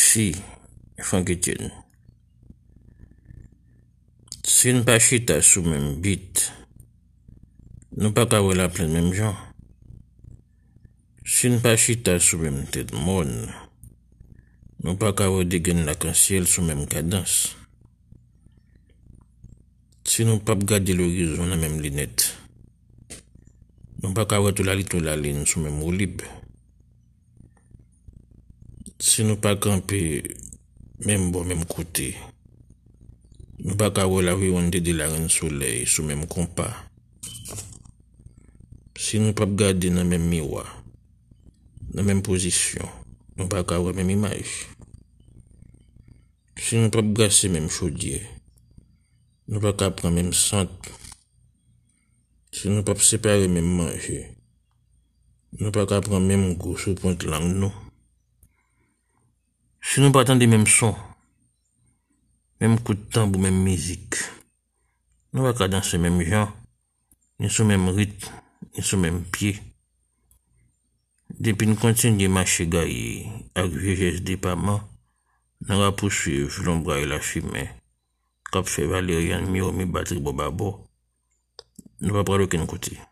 Merci, Franck Etienne. Si nous pas chita sous même bit, nous pas qu'à la pleine même gens. Si nous pas chita sous même tête monde, nous pas qu'à dégainer la ciel sous même cadence. Si nous pas garder l'horizon dans même lunette, nous pas qu'à tout la ligne sous même roue libre. Si nous pas camper même bon même côté, nous pas qu'à la ronde de la reine soleil sous même compas. Si nous pas garder dans même miroir, dans même position, nous pas qu'à même image. Si nous pas brasser même chaudier, nous pas qu'à prendre même centre. Si nous pas séparer même manger, nous pas qu'à prendre même goût sous pointe langue nous. Si nous pas attendre même son, même coup de tambour, même musique, nous pas qu'à danser même genre, ni sous même rythme, ni sous même pied. Depuis nous continuons de marcher gaillé avec vieux départ, nous va poursuivre l'ombre et la fumée. Cap fait Valérian, Miomi, Batterie Bobabo. Nous va prendre aucun côté.